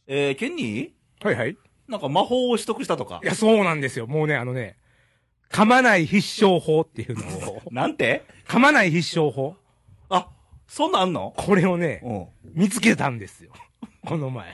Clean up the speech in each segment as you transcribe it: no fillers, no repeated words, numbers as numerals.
ケンニはいはい。 ーなんか魔法を取得したとかい。や、そうなんですよ。もうね、噛まない必勝法っていうのを、 なんて噛まない必勝法あ、そんなんあんの？ これをね、 うん。 見つけたんですよ。この前。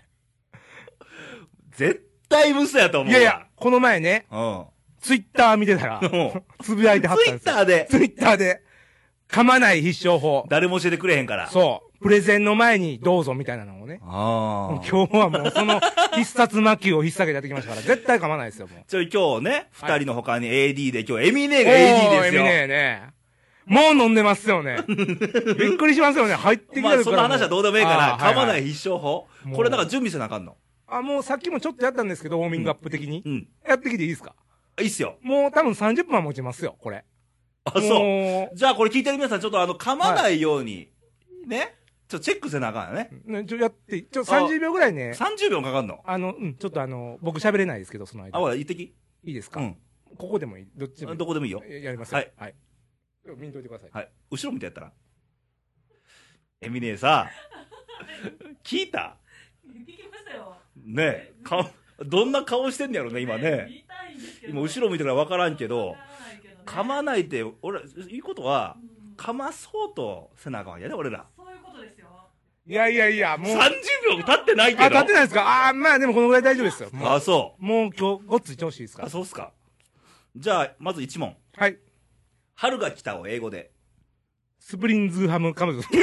絶対嘘やと思うわ。 いやいや、この前ね、 うん。 ツイッター見てたら、 うんつぶやいてはったんですよ。 ツイッターでツイッターで、噛まない必勝法。 誰も教えてくれへんから。 そう。プレゼンの前にどうぞみたいなのをね。 ああ。 今日はもうその必殺魔球を引っ提げてやってきましたから、絶対噛まないですよ、もう。 今日ね、 はい二人の他に AD で、今日エミネが AD ですよ。 エミネね。もう飲んでますよね。びっくりしますよね。入ってきてるから。 まあ、そんな話はどうでもいいから、噛まないい。 必勝法もうこれなんか準備せなあかんの？ もうさっきもちょっとやったんですけど、ウォーミングアップ的に。 うん。 やってきていいですか？ いいっすよ。 もう多分30分は持ちますよ、これ。 あ、そう。 もじゃあこれ聞いてる皆さん、ちょっと噛まないように、ね。ちょっとチェックせなあかんよね。 ねやって、30秒ぐらいね。 30秒かかんの？ ちょっと僕喋れないですけど、その間。 ほら、言ってき。 いいですか？ うん。 ここでもいい。どっちでもいい。 どこでもいいよ。 やりますよ。 はい。 はい。見んといてください。 はい。後ろ見てやったら。エミネさ、聞いた？ 聞きましたよ。 ねえ、どんな顔してんねやろね、今ね。 言いたいんですけど。 今後ろ見てから分からんけど、 わからないけどね噛まないって、俺、いいことは、噛まそうとせなあかんわけやね、俺ら。 そういうことですよ。 いやいやいや、もう。 30秒経ってないけど。 立ってないですか？まあでもこのぐらい大丈夫ですよ。もうあ、そもう今日、ごっつい調子いいですう。あ、 から。 そうっすか。じゃあ、まず1問。 はい。 春が来たを英語で。 スプリンズハムカムズ。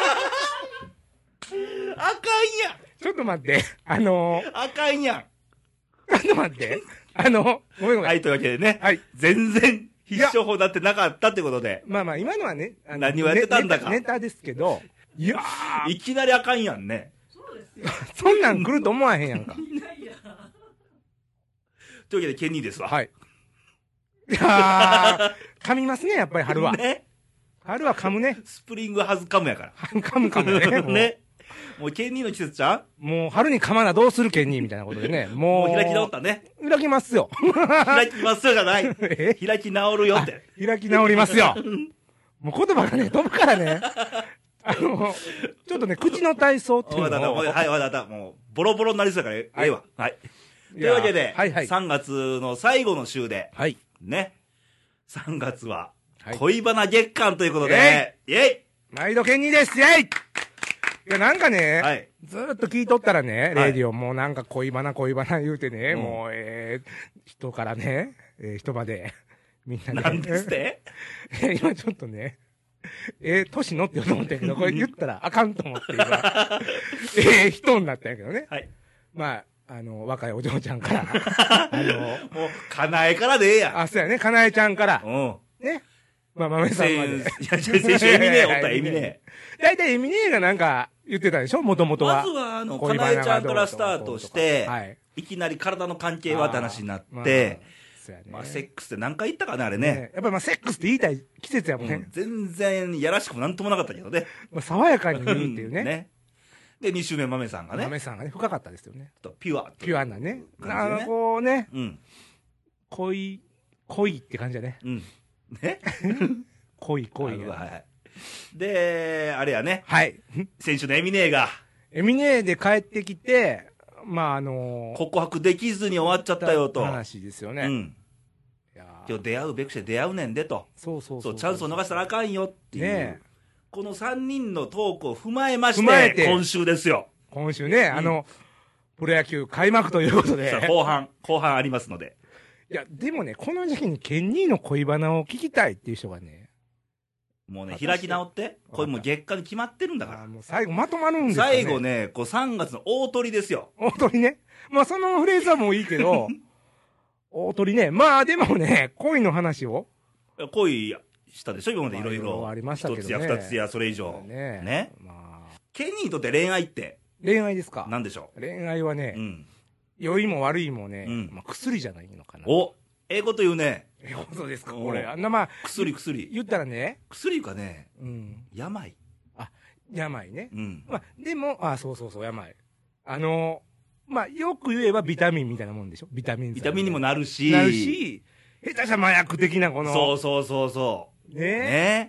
あかんやん。 ちょっと待って。 あかんやん。 ちょっと待って。ごめんごめん。 はい、というわけでね。 はい。 全然必勝法だってなかったってことで。 まあまあ、今のはね、 何をやってたんだかネタですけど、いやいきなりあかんやんね。 そうですよ。 そんなん来ると思わへんやんか。 いやいや。 というわけで、ケニーですわ。 はい。いや噛みますね、やっぱり春は。 ね。 春は噛むね。 スプリングハズカムやから。 噛む噛むね。もうね。もうケニーの季節ちゃもう春に噛まなどうするけんにみたいなことでね。 んもう。 もう開き直ったね。 開きますよ。 開きますよじゃない。 え開き直るよって。 開き直りますよ。もう言葉がね、飛ぶからね。ちょっとね、口の体操っていうわかったのを。 はい、わかった。もう、ボロボロになりそうだから、ええわ。はい。といやいうわけで、 はいはい。 3月の最後の週で、 はい。 ね。3月ははい、 恋バナ月間ということで、イェイ毎度ケニーですイェイいや、なんかね、 はい。 ずーっと聞いとったらね、 はいレディオもうなんか恋バナ言うてね、 うんもう、人からね、人まで、みんなで。 なんですって今ちょっとね、年乗ってようと思ったんやけど、これ言ったらあかんと思って今、人になったんやけどね。 はい。 まあ、若いお嬢ちゃんから、 もう、かなえからでええやん。 そうやね、かなえちゃんから、 うん。 ね、まあ、豆さんまで。 いや、先週エミネおった、エミネ。 大体エミネがなんか言ってたでしょ、もともとは。 まずは、か恋バナがなえちゃんからスタートして、 はい。 いきなり体の関係はって話になっまあて、 そうやね。 まあ、セックスって何回言ったかね、あれね。 やっぱりまあ、セックスって言いたい季節やもんね。 全然やらしくもなんともなかったけどね。 まあ、爽やかに言うっていうね。 ね。で、2週目、豆さんがね、 豆さんがね、深かったですよね。 ピュア。 ピュアなね。 感じでねこうね、 うん。 恋って感じだね。 うん。ね恋はい。で、あれやね、 はい。 先週のエミネがエミネで帰ってきて、まあ告白できずに終わっちゃったよと。 話ですよね。 うん。 いや今日出会うべくして出会うねんでと。 そうそうそう、チャンスを逃したらあかんよっていう。 ねえこの3人のトークを踏まえまし踏まえてて、今週ですよ。 今週ね、プロ野球開幕ということでさあ。後半ありますので。 いや、でもね、この時期にケンニーの恋バナを聞きたいっていう人がね、 もうね、 私開き直って、これもう月間に決まってるんだから。 もう最後まとまるんですよね。 最後ね、こう3月の大鳥ですよ。 大鳥ね。まあそのフレーズはもういいけど、大鳥ね。まあでもね、恋の話を。 恋したでしょ今までいろいろ。 ありましたけどね。 一つや二つやそれ以上。 ね。 ね。 まあ、 ケニーにとって恋愛って恋愛ですか？ 何でしょ恋愛はねう、うん。 良いも悪いもね、 うんまあ薬じゃないのかな。 お、ええこと言うね。 そうですか、 おこれ。まあ、 薬。 言ったらね、 薬かね、 うん。 病。 病ね。 うん。 まあ、でも、そう、病。まあ、よく言えばビタミンみたいなもんでしょ？ビタミン剤。 ビタミンにもなるし。 なるし、下手したら麻薬的なこの。 そう。 ねね。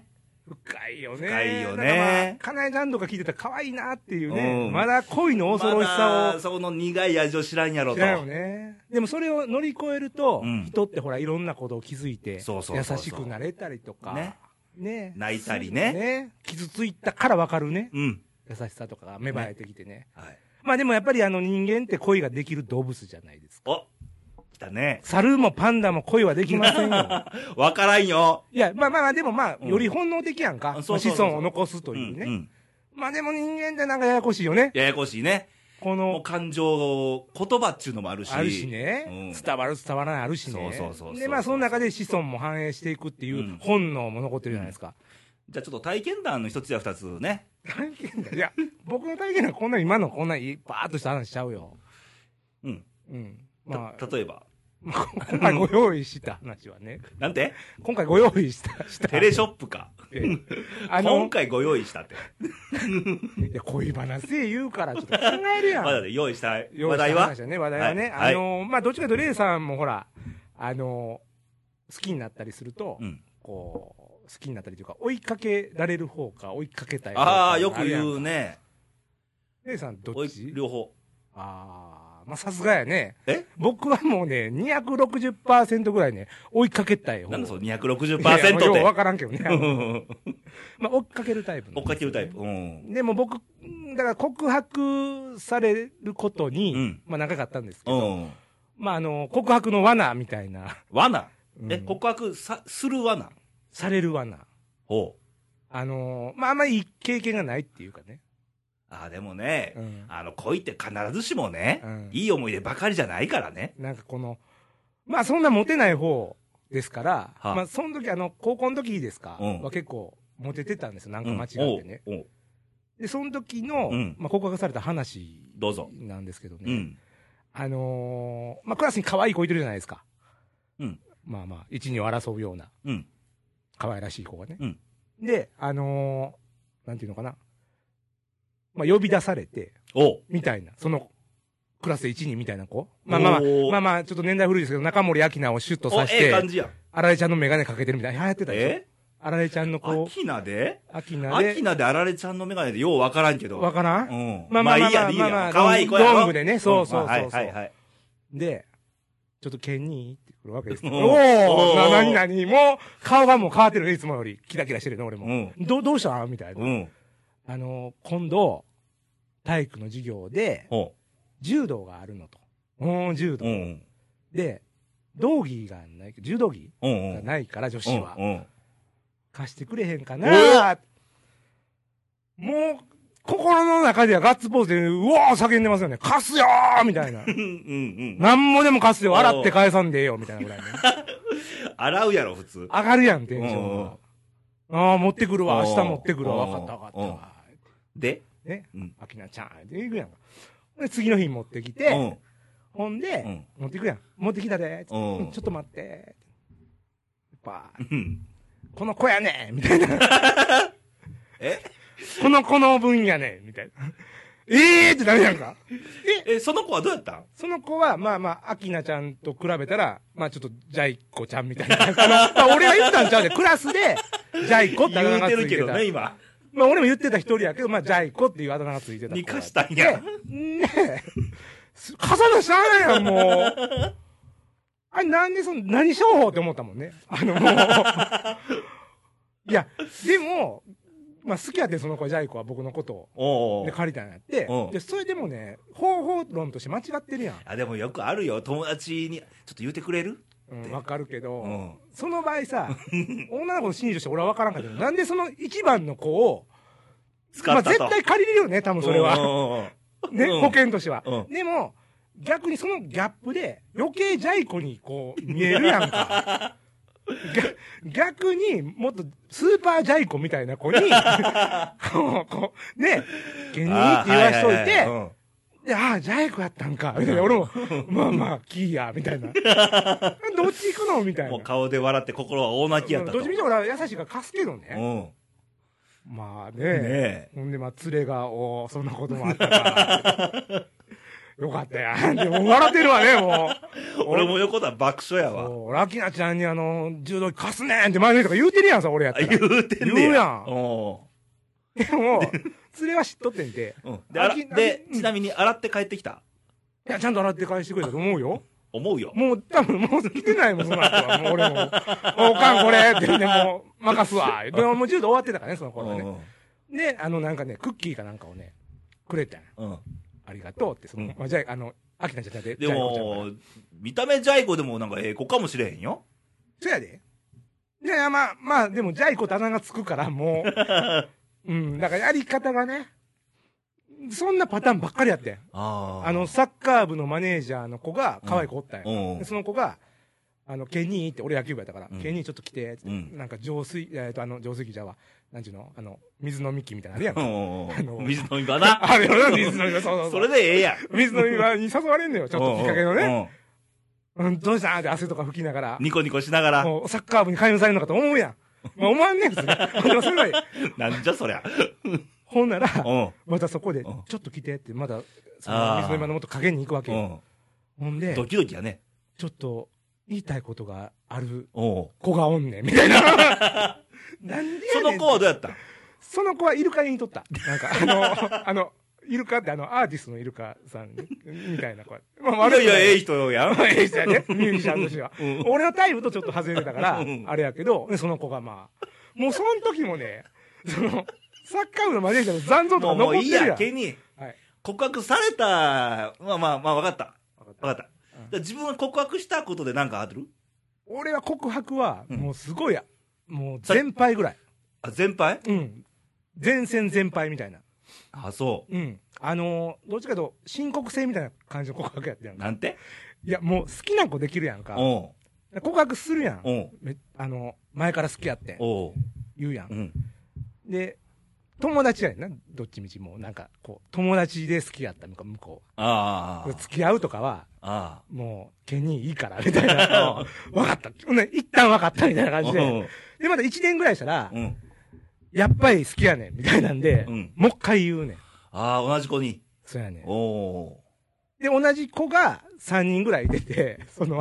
深いよね。 深いよねだからまあ、かなえちゃんとか聞いてたら可愛いなっていうね。 うんまだ恋の恐ろしさを。 まだその苦い味を知らんやろと。 知らんよね。でもそれを乗り越えると、 うん人ってほらいろんなことを気づいて、 そうそうそうそう優しくなれたりとか、 ねね泣いたりね傷ついたからわかるね。 うん。 優しさとかが芽生えてきてね。 はい。 まあでもやっぱり人間って恋ができる動物じゃないですか。 お来たね。 猿もパンダも恋はできませんよ。 わからんよ。 いや、まあまあまあ、でもまあ、 うんより本能的やんか。 そうそうそうそう子孫を残すというね。 ん。 まあでも人間ってなんかややこしいよね。 ややこしいね。 こもうの、 感情、言葉っちゅうのもあるし。 あるしね、 うん伝わる伝わらないあるしね。 そうそうそうそうで、まあその中で子孫も反映していくっていううん本能も残ってるじゃないですか。 じゃあちょっと体験談の一つや二つね。 体験だ。いや、僕の体験はこんな今のこんなバーッとした話しちゃうよ。 うん。 うん。まあ、 例えば。 今回ご用意した話はね。 なんて今回ご用意した。 テレショップか。 ええ今回ご用意したって。 いや、恋話言うからちょっと考えるやん。 まだね、用意した用意した話題は話だね、話題はね。 はいまあ、どっちかというと、レイさんもほら、好きになったりすると、 うん。 こう、好きになったりというか、追いかけられる方か、追いかけたい方か。 ああ、よく言う。 うね。 レイさん、どおいっち両方。 ああ、まあ、さすがやね。 え僕はもうね、260%ぐらいね、追いかけたい方。 なんだそのいや 260% もうようわで。 からんけどね。まあ、追っかけるタイプなん追っですよねかけるタイプ。うん。 でも僕、だから告白されることに、 うんまあ長かったんですけど、 うん。 まあ告白の罠みたいな、 罠。 うん告白する罠。 される罠。 ほう。 まああんまりいい経験がないっていうかね。 ああ、でもね、 うん恋って必ずしもね、 うんいい思い出ばかりじゃないからね。 なんかまあそんなモテない方ですから、 はあまあその時高校の時ですか、 うんは結構モテてたんですよ。なんか間違ってね。 うんおうで、その時の、 うんまあ告白された話どうぞ。 なんですけどね。 うん。 まあクラスに可愛い子いてるじゃないですか。 うん。 まあまあ、一二を争うような。 うん。 可愛らしい子がね。 うんで、なんていうのかな。まあ、呼び出されて、 おう。 みたいな。その、クラスで1、2みたいな子。まあまあまあ、 おーまあまあ、ちょっと年代古いですけど、中森明菜をシュッとさしええ感て、 じやん。 あられちゃんのメガネかけてるみたいな。流行ってたでしょ。 えあられちゃんの子、 アキナで明菜でアキ、ナであられちゃんのメガネでようわからんけど。 わからんうん。 まあまあまあいいや、いいまあまあや。可愛い子やろ。 ロングでねそうそうそうそうはいはいはい。 で、ちょっとケニーって来るわけですよ。 うんおおーなになにもう、顔がもう変わってるね、いつもより。キラキラしてるね、俺も。 うん。 どうしたみたいな。 うん。 今度、体育の授業で、 ほ柔道があるのと。柔道。 う。うん。 で、道着がない、柔道着うん。 がないから、女子は。 うん。 貸してくれへんかなもう、心の中ではガッツポーズで、うわー叫んでますよね。貸すよーみたいな。 うん。うん。 なんもでも貸すよ。洗って返さんでええよ。みたいなぐらいね。 洗うやろ、普通。 上がるやん、テンションが。ああ、持ってくるわ。 おう明日持ってくるわ。 おうわかったわかったおうわ。 でね。 うん。 あきなちゃん。って行くやんか。で、次の日持ってきうて、 ん。 ほんで、 うん持っていくやん。持ってきたで。 うんうんちょっと待って。ばうん。 この子やねみたいな。 えこの子の分やねみたいな。ええーってなるやんか。 その子はどうやったんその子は、まあまあ、アキナちゃんと比べたら、まあちょっと、ジャイコちゃんみたいな。まあ俺が言ったんちゃうで、クラスで、ジャイコってあだ名言うがついてた。 てるけどね、今。 まあ俺も言ってた一人やけど、まあジャイコっていうあだ名がついてた子や。 にかしたんや。 ねえ。傘出しゃあないやん、もう。あれ、なんで何商法って思ったもんね。もう。いや、でも、まあ好きやって、その子、ジャイコは僕のことを。 おうおう。 で借りたんやってうん。 で、それでもね、方法論として間違ってるやん。 あ、でもよくあるよ。友達に、ちょっと言うてくれるうん、わかるけど、 うんその場合さ、女の子の心理として俺はわからんかったけど、なんでその一番の子を、まあ使ったと。 絶対借りれるよね、多分それは。 は。 ね、 うん保険としては。 うんでも、逆にそのギャップで余計ジャイコにこう見えるやんか。逆にもっとスーパージャイコみたいな子に、こう、ね、ケニーって言わしといて、で、ああ、ジャイコやったんか、みたいな。俺も、まあまあ、キーや、みたいな。どっち行くのみたいな。 もう顔で笑って心は大泣きやったと。 どっちみても俺は優しいから貸すけどうね。 ん。 まあね。 ねえ。 ほんで、まあ、連れが、そんなこともあったから。 よかったやん。でも笑ってるわね、もう。 俺も横田爆笑やわ。 そうラキナちゃんに柔道着貸すねんって前の人が言うてるやんさ、俺やったら。 言うてんね言うやんおでも、連れは知っとってんて。 うん。で、ちなみに洗って帰ってきた。 いや、ちゃんと洗って返してくれたと思うよ。 思うよ。 もう、多分、もう来てないもん、その後は。もう俺も。おかんこれって言って、もう、任すわ。でも、もう柔道終わってたからね、その頃はね。で、なんかね、クッキーかなんかをね、くれたんや。 うん。 ありがとうって、まあじゃあ、アキナちゃんで。 でも、見た目ジャイ子でもなんかええ子かもしれへんよ。 そやで。いや、まあ、でも、ジャイコってあだ名がつくから、もう、だからやり方がね、そんなパターンばっかりやってん。 あサッカー部のマネージャーの子が可愛い子おったんや。 うんでその子が、ケニーって、俺野球部やったから、 うんケニーちょっと来て、なんか浄水器じゃわ、なんちゅうの水飲み器みたいなのあるやんか。 水飲み場な。 あれよな、水飲み場、そう。 それでええやん。 水飲み場に誘われんのよ、ちょっときっかけのね。 うん。 どうしたんって汗とか拭きながら。 ニコニコしながら。 もうサッカー部に勧誘されるのかと思うやん。まあ思わんねん、普通に。それはいいなんじゃそりゃ。 ほんなら、 うん。 またそこで、 うんちょっと来てって、まだ、その水飲み場のもと影に行くわけよ。ほんで、 ドキドキやね。 ちょっと、言いたいことがあるおう子がおんねん、みたいな。なんでそのやねん子はどうやったん？ その子はイルカにとった。なんか、イルカってアーティストのイルカさんみたいな子。まあ、 いやいや、ええ人。 人やん。 ええ人やね。ミュージシャンとしては。 うん俺のタイプとちょっと外れてたからうん、 あれやけど、でその子がまあ、もうその時もね、サッカー部のマネージャーの残像とかもういいや、 残ってるやん。 ケニー。 はい。 告白された、まあ、わかった。 わかったわかった。じゃあ自分が告白したことで何かある？ 俺は告白は、 うんもうすごいや。もう全敗ぐらい。 あ、先輩？ うん。前線全敗みたいな。 あ、そうん。どっちかというと、申告制みたいな感じの告白やってやんう。 か。 なんて？ いや、もう好きな子できるやんか。 おう。 告白するやん。 おう。 前から好きやってん。 おう。 言うやん。 うん。 で、友達やねんな。どっちみちもう、なんか、こう、友達で好きやったのか、向こあう。付き合うとかは、 あ。 もう、ケニーいいから、みたいな。分かった。ほんで一旦分かったみたいな感じで。で、また1年ぐらいしたら、 うん。 やっぱり好きやねん、みたいなんで、 うんもう一回言うねん。 ああ、同じ子に。 そうやねん。 おおで、同じ子が3人ぐらい出て、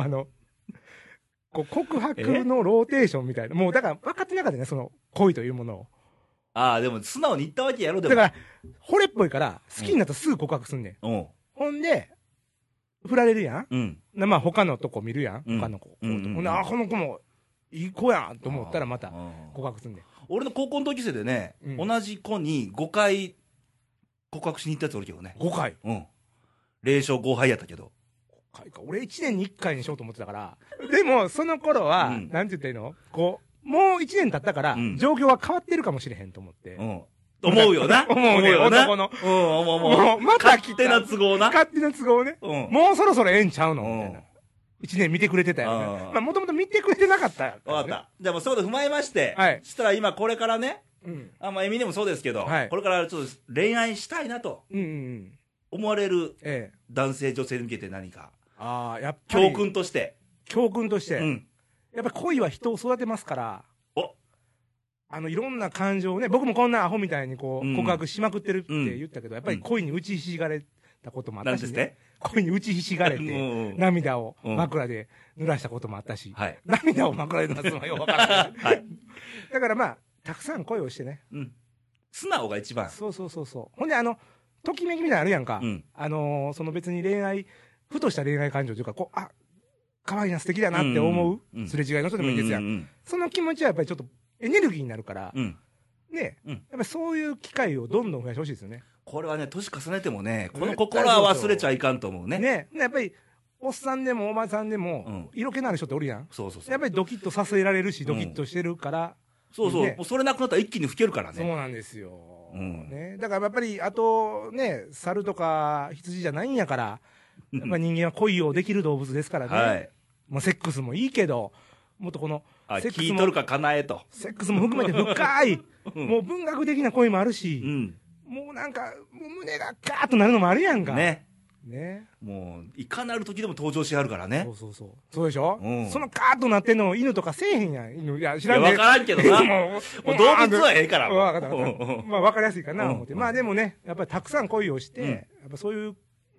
こう告白のローテーションみたいな。もうだから分かってなかったね、その恋というものを。 ああ、でも素直に言ったわけやろ、でも。 だから、惚れっぽいから、好きになったらすぐ告白すんねん。 うん。 ほんで、振られるやん。 うん。 まあ他のとこ見るやん。 うん他の子。 うんうんうんほんで、あ、この子もいい子やんと思ったらまたうん告白すんねん。 俺の高校の同級生でね、 うん同じ子に5回告白しに行ったやつおるけどね。 5回。 うん。0勝5敗やったけど。 5回か。俺1年に1回にしようと思ってたから。でも、その頃は、 うんなんて言ったらいいのこう、もう1年経ったから、 うん状況は変わってるかもしれへんと思って。 うん。思うよな。 思うねよな。 男のうん、思うもうまた来た勝手な都合な。 勝手な都合ね。 うん。 もうそろそろええんちゃうのうんみたいな。1年見てくれてたよね。 あーまあ、もともと見てくれてなかった、 わかった。じゃあもうそういうこと踏まえまして、 はいしたら今これからね、 うん。 まあエミネもそうですけど、 はいこれからちょっと恋愛したいなとうんうんうん。 思われるええ。 男性女性に向けて何か、 ああ、やっぱり。 教訓として。 教訓として。 うん。 やっぱり恋は人を育てますから。 おいろんな感情をね、僕もこんなアホみたいにこう、 うん告白しまくってるって言ったけど、やっぱり恋に打ちひしがれたこともあったし、ね。 なんですって恋に打ちひしがれうんて、 うん涙をうん枕で濡らしたこともあったし、 はい。 涙を枕で濡らすのはよくわからない。 はい。 だからまあ、たくさん恋をしてね。 うん。素直が一番。 そうそうそうそう。ほんでときめきみたいなのあるやんか。 うん。 その別にふとした恋愛感情というか、こう、あ、可愛いな、素敵だなって思う、 うんすれ違いの人でもいいですやん。 うんその気持ちはやっぱりちょっとエネルギーになるから、 うん。 ね、 うんやっぱりそういう機会をどんどん増やしてほしいですよね。 これはね、年重ねてもね、このね心は忘れちゃいかんと思うね。 ね、やっぱり、おっさんでもおばさんでも、 うん色気のある人っておるやん。 そうそうそう。 やっぱりドキッとさせられるし、ドキッとしてるから、 そうそう。 ねもうそれなくなったら一気に吹けるからね。 そうなんですよ。 うんね、だからやっぱり、あとね、猿とか羊じゃないんやから、やっぱ人間は恋をできる動物ですからね。 はい。 まあ、セックスもいいけど、もっとあ、 セックスも聞いとるか叶えと。 セックスも含めて深い、 うんもう文学的な恋もあるうし、 ん。 もうなんか、もう胸がガーッとなるのもあるやんか。。 ね。 ね。 もう、いかなる時でも登場しはるからねそ。うそうそう。そうでしょ、 うんそのガーッとなってんの犬とかせえへんやん。犬。いや、知いや、 らんねわからんけどな。ももう動物はええから。 わかったわかった。まあ、わかりやすいかな、思って。 うんまあ、でもね、やっぱりたくさん恋をして、 うんやっぱそういう、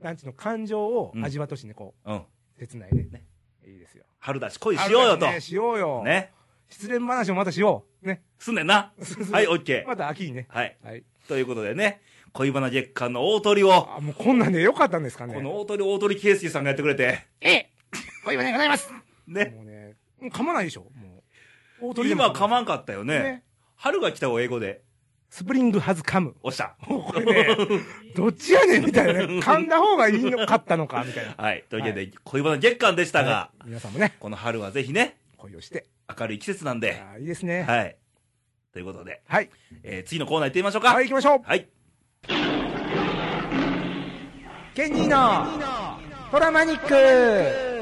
なんちゅうの、感情を味わってほしいね、こう、 うん。 切ないね。 ねいいですよ。 春だし恋しようよと。 ね、しようよ。 ね。 失恋話もまたしよう。ね。 すんねんな。はい、オッケー。 また秋にね。 はい。 はい。 ということでね、恋バナ月間の大鳥を、 あ、もうこんなんでよかったんですかね。 この大鳥圭介さんがやってくれて、 恋バナでございます。 ね。 もうね、噛まないでしょ。もう。大鳥でも今噛まんかったよね。 ね。 春が来たを英語で。 スプリングハズカム。 おっしゃ。 これね、どっちやねんみたいなね。噛んだ方がいいのかったのかみたいな。 はい。というわけで、恋バナ月間でしたが、 はい皆さんもね、 この春はぜひね、 恋をして。 明るい季節なんで、 あーいいですね。 はい。ということで、 はい。 次のコーナー行ってみましょうか。 はい、行きましょう。 はい。 ケニーのトラマニック。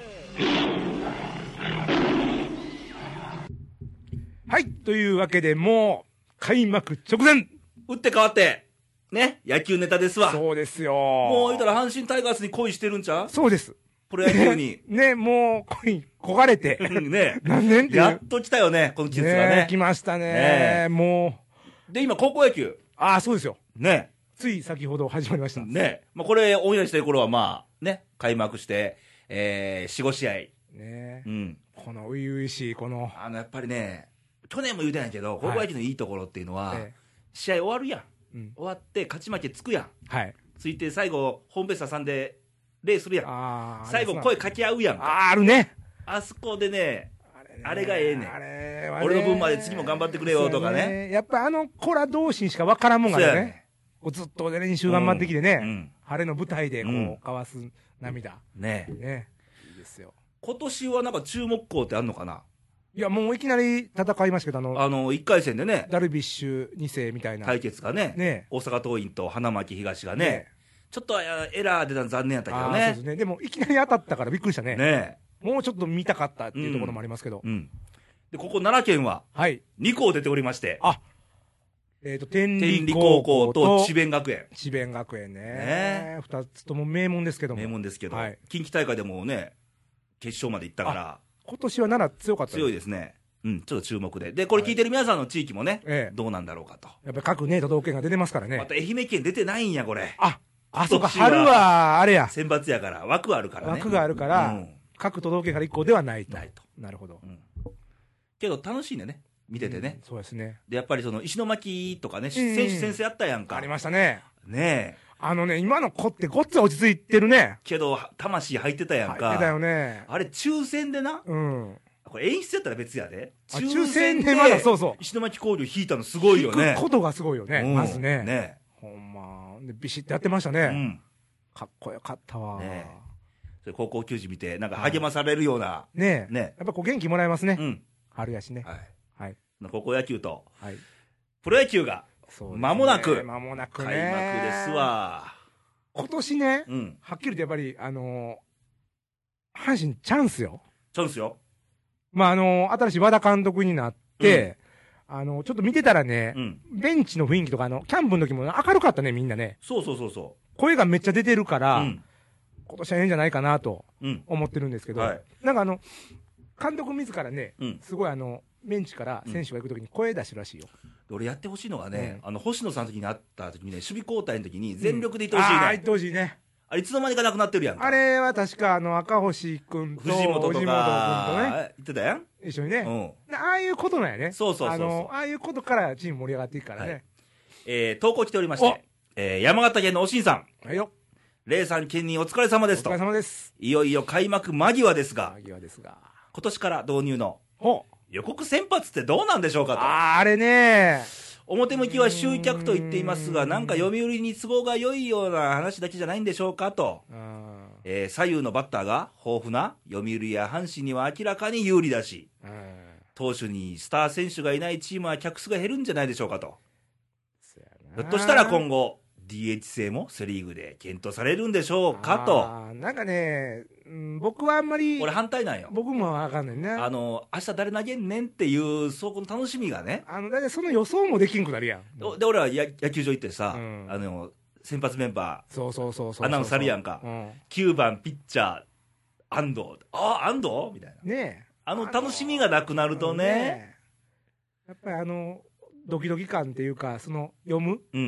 はい。というわけで、もう、開幕直前。 打って変わって、ね、野球ネタですわ。 そうですよ。 もう言うたら阪神タイガースに恋してるんちゃうそうです。 プロ野球に。 ね、もう、恋、焦がれて。 ね。 何年っていう。 やっと来たよね、この季節がね。 来ましたね。 ねもう。 で、今、高校野球。 ああ、そうですよ。 ね。 つい先ほど始まりました。 ね。まあ、これ、オンエアしてる頃は、まあ、ね、開幕して、4、5試合。 ねうん。 この初々しい、この。 やっぱりね、去年も言うてないけど、高校野球のいいところっていうのは、 え試合終わるやん。 えうん。 終わって、勝ち負けつくやん。 はい。 ついて、最後、ホームベース挟んで、レースするやん。 ああ。 最後、声かけ合うやんか。 ああ、あるね。 あそこでね、あれがええねんあれはね俺の分まで次も頑張ってくれよとかねそうややっぱあの子ら同士にしか分からんもんがあるね。 そうやねこうずっと練習頑張ってきてね。 うん。 晴れの舞台でこう、 うん交わす涙。 ねえ。 ね。いいですよ。 今年はなんか注目校ってあんのかないや、もういきなり戦いましたけど、 1回戦でね、 ダルビッシュ2世みたいな。 対決がね、 ね大阪桐蔭と花巻東がね、ちょっとエラー出たの残念やったけどあーそうでねす。ね。でも、いきなり当たったからびっくりしたね。 ねもうちょっと見たかったっていうところもありますけど。 え。うん。で、ここ奈良県ははい。 2校出ておりまして、 あ、天天理理高高校校とと智弁学園。 智弁学園ねね。 二つとも名門ですけども。 名門ですけど、 はい近畿大会でもね、決勝まで行ったから、 今年は奈良強かった強いですね。うん、ちょっと注目で。で、これ聞いてる皆さんの地域もね、 ええどうなんだろうかと。 やっぱり各ね、都道府県が出てますからね。 また愛媛県出てないんや、これ。 あ、そうか、 今年は春は、あれや、 選抜やから、枠あるからね。 枠があるから、 うん各都道府県から1個ではないと。 ないと。 なるほど。 うんけど楽しいね、見ててね。 うんそうですね。 で、やっぱりその石巻とかね、 うん選手先生やったやんか。 ありましたね。 ねえ。 今の子ってごっつ落ち着いてるね。 けど、魂入ってたやんか。 入ってたよね。 あれ、抽選でな。 うん。 これ演出やったら別やで。 抽選でまだそうそう。 石巻工業引いたのすごいよね聞く。ことがすごいよね。 うんまずね。 ねほんま。でビシッてやってましたえ。 ね。 うん。 かっこよかったわ。 ねねそれ高校球児見て、なんか励まされるような。 え。 ねやっぱこう元気もらえますね。 うん。 春やしね。 はい。 はい。 高校野球と、 はい。 プロ野球がそうですね間もなく間もなく開ね。 幕です。わ。 今年ね、 うん。 はっきりとやっぱり、阪神チャンスよ。 チャンスよ。 まあ、新しい和田監督になって、ちょっと見てたらねう、ん。 ベンチの雰囲気とか、キャンプの時も明るかったね、みんなね。 そうそうそうそ声がめっちゃ出てるかう。 ら、 うん。 今年はええんじゃないかなとうん。 思ってるんですけど、 はい。 なんか監督自らね、 うん。 すごいベンチから選手が行く時に声出してるらしいよ。 俺やってほしいのがね、星野さんの時に会った時にね、守備交代の時に全力でいてほしいね。 ほしいね。 行ってほしいね。 あれいつの間にかなくなってるやんか。 あれは確か赤星君と藤本と君とね、 か、言ってたやん。 一緒にね。 うん。 ああいうことなんやね。 そうそうそうそうああいうことからチーム盛り上がっていくからね。 投稿来ておりまして、山形県のおしんさん、 はいよ。 レイさん県にお疲れ様ですとお疲れ。様です。 いよいよ開幕間際ですが、 間際ですが。 今年から導入のほう。 予告先発ってどうなんでしょうかと。 あれね。 表向きは集客と言っていますが、なんか読売に都合が良いような話だけじゃないんでしょうかと。左右のバッターが豊富な読売や阪神には明らかに有利だし、投手にスター選手がいないチームは客数が減るんじゃないでしょうかと。ひょっとしたら今後、DH 制もセ・リーグで検討されるんでしょうかと。 なんかね、僕はあんまり、 俺反対なんよ。 僕もわかんないね。 明日誰投げんねんっていう、そこの楽しみがね。 だいたいその予想もできんくなるやん。 で、俺は野球場行ってさ、 うん先発メンバそうそうそうそう。 アナウンスあるやんかうんー、9番ピッチャー、安藤。あ、安藤みたいな。 ねえ。 楽しみがなくなるとね。 え。やっぱりドキドキ感っていうか、読むうん。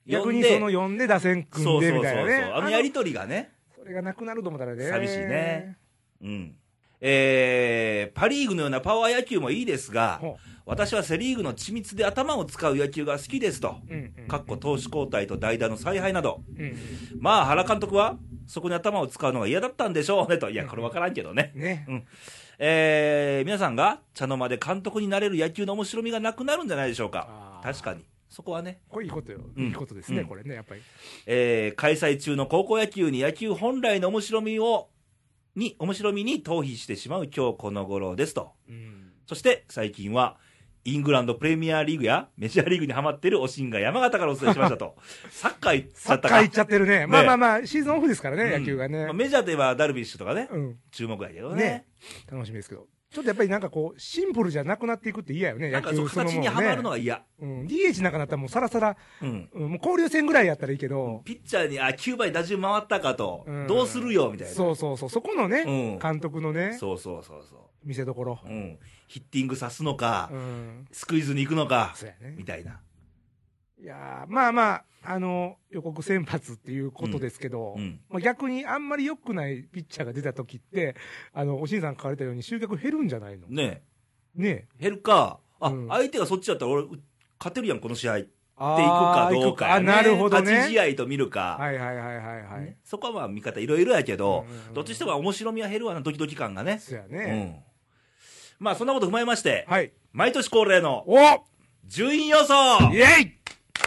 逆にその読んで打線組んでみたいなね。 あのやりとりがね。 それがなくなると思ったらね。 寂しいね。うん。パリーグのようなパワー野球もいいですが、私はセリーグの緻密で頭を使う野球が好きですと。かっこ投手交代と代打の采配など。まあ原監督はそこに頭を使うのが嫌だったんでしょうねと。いや、これ分からんけどね。皆さんが茶の間で監督になれる野球の面白みがなくなるんじゃないでしょうか。確かに。そこはね。 これいいことよ。いいことですね、これね、やっぱり。 開催中の高校野球に野球本来の面白みに逃避してしまう今日この頃ですと。そして最近は、イングランドプレミアリーグやメジャーリーグにハマっているおしんが山形からお伝えしましたと。サッカー行っちゃったか。 サッカー行っちゃってるね。まあ、シーズンオフですからね、野球がね。 メジャーではダルビッシュとかね、注目やけどね。 楽しみですけど。ちょっとやっぱりなんかこう、シンプルじゃなくなっていくって嫌よね、野球そのものね。 形にはまるのが嫌。 DH なんかなったらもうさらさら、もう交流戦ぐらいやったらいいけど。 ピッチャーに、9倍打順回ったかと、どうするよ、みたいな。 そう、そこのね、監督のね。 そう。 見せどころ。 ヒッティングさすのか、スクイズに行くのか、みたいな。 いやまあ、予告先発っていうことですけど、逆にあんまり良くないピッチャーが出た時って、おしんさん書かれたように集客減るんじゃないのね減るか、相手がそっちだったら俺、勝てるやん、この試合。っていくかどうか、 なるほどね。 勝ち試合と見るか。そこはまあ見方いろいろやけど、どっちしても面白みは減るわな、ドキドキ感がね。 そうやね。 まあそんなこと踏まえまして、毎年恒例の順位予想イェイ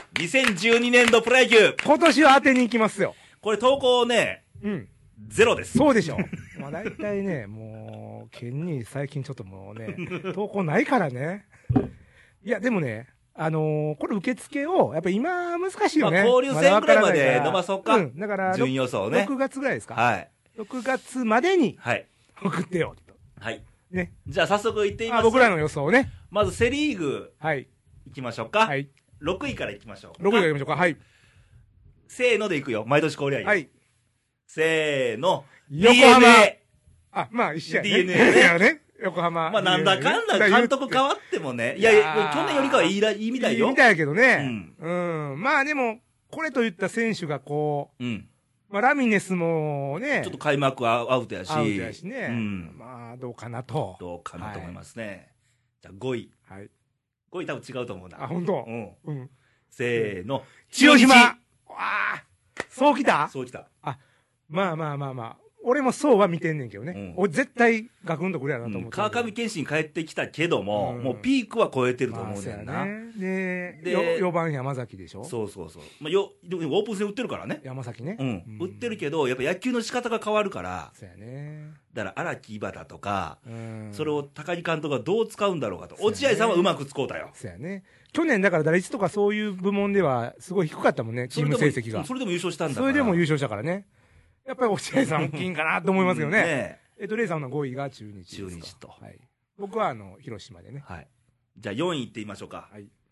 !2012 年度プロ野球今年は当てに行きますよ。 これ投稿ね、ゼロです。 そうでしょ。まあ大体ね、もう、県に最近ちょっともうね、投稿ないからね。いや、でもね、これ受付を、やっぱり今難しいよね。 交流戦ぐらいまで伸ばそうか。 だから、 順位予想ね。 6月ぐらいですか。 はい。 6月までに、送ってよ。 はい。 ね。 じゃあ早速行ってみます。 僕らの予想をね。 まずセリーグ。行きましょうか。 はい。 6位から行きましょう。 6位から行きましょうか。はい。 せーので行くよ。毎年恒例や。はい。せーの。 横浜。まあ一緒やね。 DNA ね。横浜。 まあなんだかんだ監督変わってもね。いや、去年よりかはいいみたいよ。 いいみたいやけどね。まあでも、これといった選手がこう、まあラミネスもね。 ちょっと開幕はアウトやし。 アウトやしね。まあどうかなと。 どうかなと思いますね。じゃあ5位。 はい。 5位多分違うと思うな。 本当。 せーの。 中島。そうきたまあ。俺もそうは見てんねんけどね。俺絶対ガクンとくれやなと思って。 川上健信帰ってきたけども、もうピークは超えてると思うねんな。 で、4番山崎でしょ。 そう。まあ、オープン戦売ってるからね。 山崎ね。 売ってるけど、やっぱ野球の仕方が変わるから。 そうやね。 だから荒木井端とか、それを高木監督がどう使うんだろうかと。落合さんはうまく使うたよ。 そうやね。去年だから打率とかそういう部門ではすごい低かったもんね、チーム成績が。 それでも優勝したんだから。 それでも優勝したからね。やっぱり落合さん大きいんかなと思いますけどね。レイさんの5位が中日。 中日と。 僕は広島でね。 じゃあ4位いってみましょうか。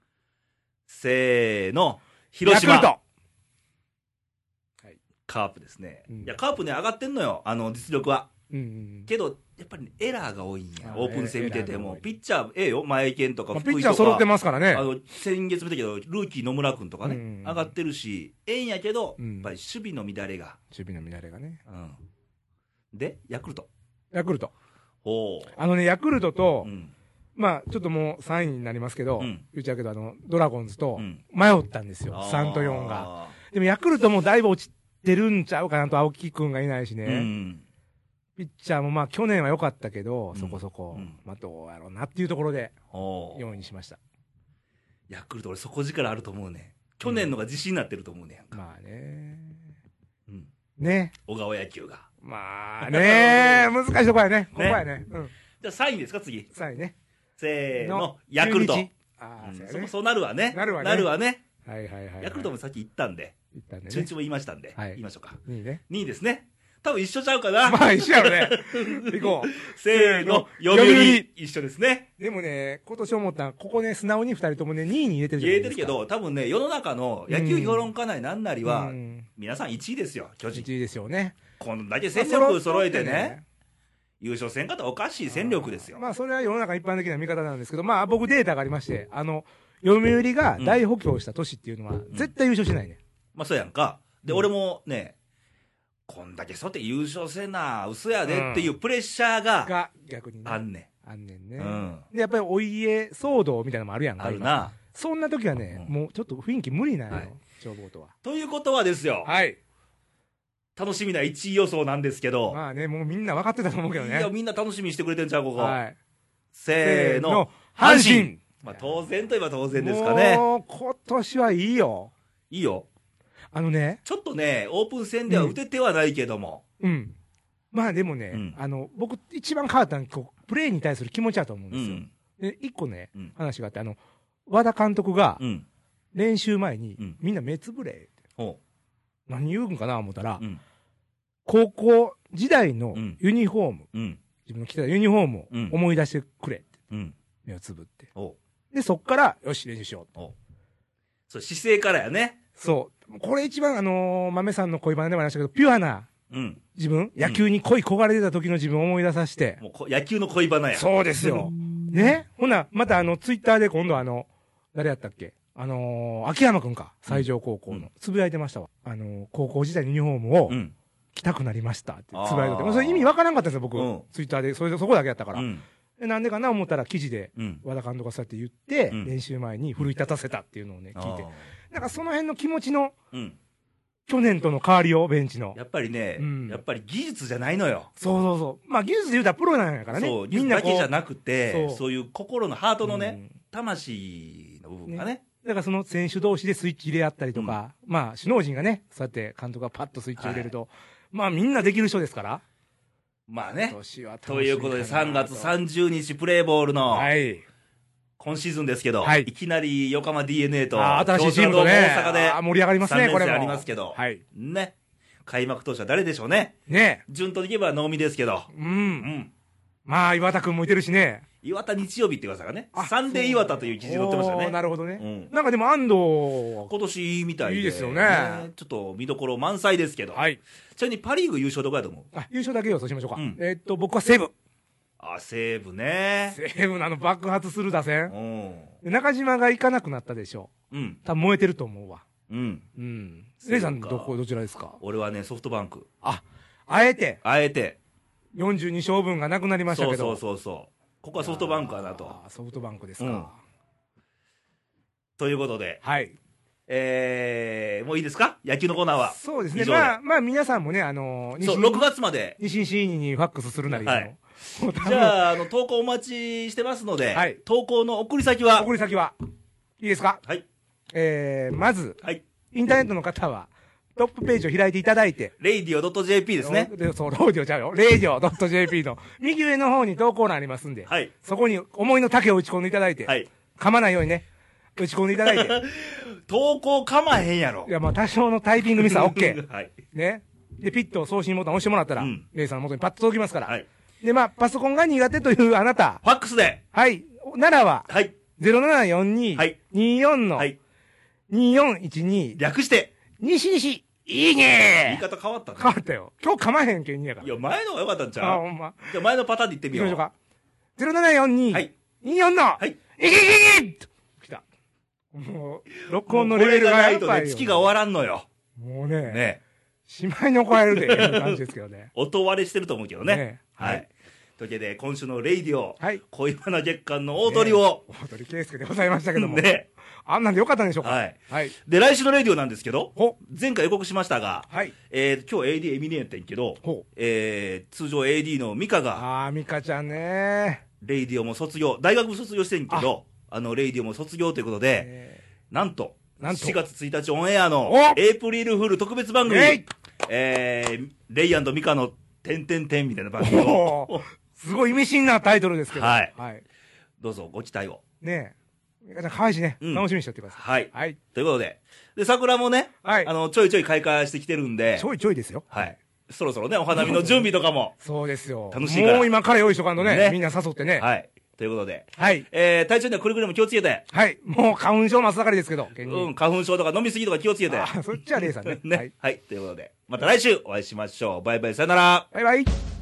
せーの。広島。 ヤクルト。 カープですね。いや、カープね、上がってんのよ。実力は。けど、やっぱりエラーが多いんや。オープン戦見てても。ピッチャー、よ。前健とか福井とか。ピッチャー揃ってますからね。 先月見たけど、ルーキー野村君とかね、上がってるし、やけど、やっぱり守備の乱れが。 守備の乱れがね。 で、ヤクルト。 ヤクルト。 ほう。ヤクルトと、まあ、ちょっともう3位になりますけど、言っちゃうけど、ドラゴンズと迷ったんですよ。3と4が。でもヤクルトもだいぶ落ちてるんちゃうかなと、青木君がいないしね。ピッチャーもまあ去年は良かったけど、そこそこ、まあどうやろうなっていうところで、4位にしました。 ヤクルト俺底力あると思うね。去年のが自信になってると思うね。 まあね。ね。 小川野球が。 まあね、難しいとこやね。ここやね。 じゃあ3位ですか、次。 3位ね。 せーの、ヤクルト。そうなるわね。 なるわね。 ヤクルトもさっき言ったんで。中日も言いましたんで。言いましょうか。 2位ね。 2位ですね。多分一緒ちゃうかな。 まあ一緒やろね。行こう。 せーの、読売。一緒ですね。 でもね、今年思ったのは、ここね、素直に2人ともね、2位に入れてるじゃないですか。 入れてるけど、多分ね、世の中の野球評論家内なんなりは、皆さん1位ですよ、巨人。 1位ですよね。 こんだけ戦力揃えてね、優勝せんかったらおかしい戦力ですよ。 まあそれは世の中一般的な見方なんですけど、まあ僕データがありまして、読読売が大補強した年っていうのは、絶対優勝しないね。 まあそうやんか。で、俺もね、こんだけそうやって優勝せな、嘘やでっていうプレッシャーが逆にね。 あんねあんねんね。 ん。 で、やっぱりお家騒動みたいなのもあるやんか。 あるな。 そんな時はね、もうちょっと雰囲気無理なのよ、消防とは。 ということはですよ。 はい。 楽しみな1位予想なんですけど。 まあね、もうみんな分かってたと思うけどね。 いや、みんな楽しみにしてくれてんちゃう、ここ。 はい。 せーの。 阪神。 まあ当然といえば当然ですかね。 もう今年はいいよ。 いいよ。 ね。 ちょっとね、オープン戦では打ててはないけども。 うん。まあでもね、僕一番変わったのは、プレーに対する気持ちだと思うんですよ。で、一個ね、話があって、和田監督が、練習前に、みんな目つぶれって。何言うんかな思ったら、高校時代のユニフォーム、自分の着てたユニフォームを思い出してくれって。目をつぶって。で、そっから、よし、練習しようと。 そう、姿勢からやね。 そう。これ一番豆さんの恋バナでもありましたけど、ピュアな、自分、野球に恋焦がれてた時の自分を思い出させて。 もう野球の恋バナや。 そうですよ。ね。ほな、またツイッターで今度誰やったっけ秋山くんか。西条高校の。つぶやいてましたわ。高校時代のユニフォームを、着たくなりましたってつぶやいてて。それ意味わからんかったんですよ、僕。ツイッターで。そこだけやったから。なんでかな思ったら記事で、和田監督がそうやって言って、練習前に奮い立たせたっていうのをね、聞いて。だからその辺の気持ちの、去年との変わりを、ベンチの。 やっぱりね、やっぱり技術じゃないのよ。 そうそうそう。まあ技術で言うたらプロなんやからね。 そう、技術だけじゃなくて、そういう心のハートのね、魂の部分がね。 だからその選手同士でスイッチ入れ合ったりとか、まあ首脳陣がね、そうやって監督がパッとスイッチを入れると、まあみんなできる人ですから。 まあね。ということで3月30日プレーボールの、今シーズンですけど、いきなり横浜 DNA と、 新しいチームとね、 大阪で盛り上がりますね、これも。 ありますけど、ね。開幕投手は誰でしょうね。 ね。 順当にいけば能見ですけど。 まあ、岩田くんもいてるしね。 岩田日曜日って言われたからね。サンデー岩田という記事載ってましたね。 なるほどね。なんかでも安藤、 今年いいみたいで。 いいですよね。 ちょっと見どころ満載ですけど。ちなみにパリーグ優勝どこやと思う？ 優勝だけ予想しましょうか。僕は西武。 西武ね。 西武の爆発する打線。中島が行かなくなったでしょ。多分燃えてると思うわ。レイさんどちらですか？ 俺はね、ソフトバンク。 あえて。 あえて。 42勝分がなくなりましたけど。 そう。ここはソフトバンクかなと。 ソフトバンクですか。 ということで。 はい。 もういいですか？野球のコーナーは。 そうですね。まあ皆さんもね、 6月まで。 西新にファックスするなり。 じゃあ、投稿お待ちしてますので、投稿の送り先は？ いいですか？ はい。 まず、インターネットの方は、トップページを開いていただいて。 radio.jp ですね。 そう、ローディオちゃうよ。radio.jp の右上の方に投稿欄ありますんで、そこに思いの丈を打ち込んでいただいて、噛まないようにね、打ち込んでいただいて。 投稿噛まへんやろ。 いや、まあ多少のタイピングミスは OK。ね。で、ピッと送信ボタン押してもらったら、レイさんの元にパッと届きますから。で、まあ、パソコンが苦手というあなた。 ファックスで。 はい。ならは、0742-24-2412。 略して。 西。いいね言い方変わったね。 変わったよ。今日噛まへんけんやから。 いや、前の方が良かったんちゃう？ ほんま。 じゃあ前のパターンで言ってみよう。 行きましょうか。0742。24の。いき来た。もう、録音のレベルがないとね、月が終わらんのよ。 もうね。しまいに怒られるで、いう感じですけどね。 音割れしてると思うけどね。はい。というわけで、今週のレイディオ、恋バナ月間の大鳥を。 大鳥圭介でございましたけども。ね。あんなんでよかったんでしょうか。 はい。で、来週のレイディオなんですけど、前回予告しましたが、今日 AD エミネやってんけど、通常 AD のミカが、 ミカちゃんね。 レイディオも卒業、大学も卒業してんけど、レイディオも卒業ということで、なんと、4月1日オンエアのエイプリルフール特別番組、レイ&ミカの点々点みたいな番組を。 すごい意味深なタイトルですけど。 はい。どうぞご期待を。 ねえ。かわいいしね。楽しみにしておいてください。 はい。ということで。で、桜もね、ちょいちょい開花してきてるんで。 ちょいちょいですよ。 はい。そろそろね、お花見の準備とかも。 そうですよ。 楽しいから。 もう今から用意しとかんとね、みんな誘ってね。 はい。ということで。 はい。 体調にはくれぐれも気をつけて。 はい。もう花粉症真っ盛りですけど。 花粉症とか飲みすぎとか気をつけて。 そっちはレイさんね。 ね。はい。ということで。また来週お会いしましょう。バイバイ、さよなら。 バイバイ。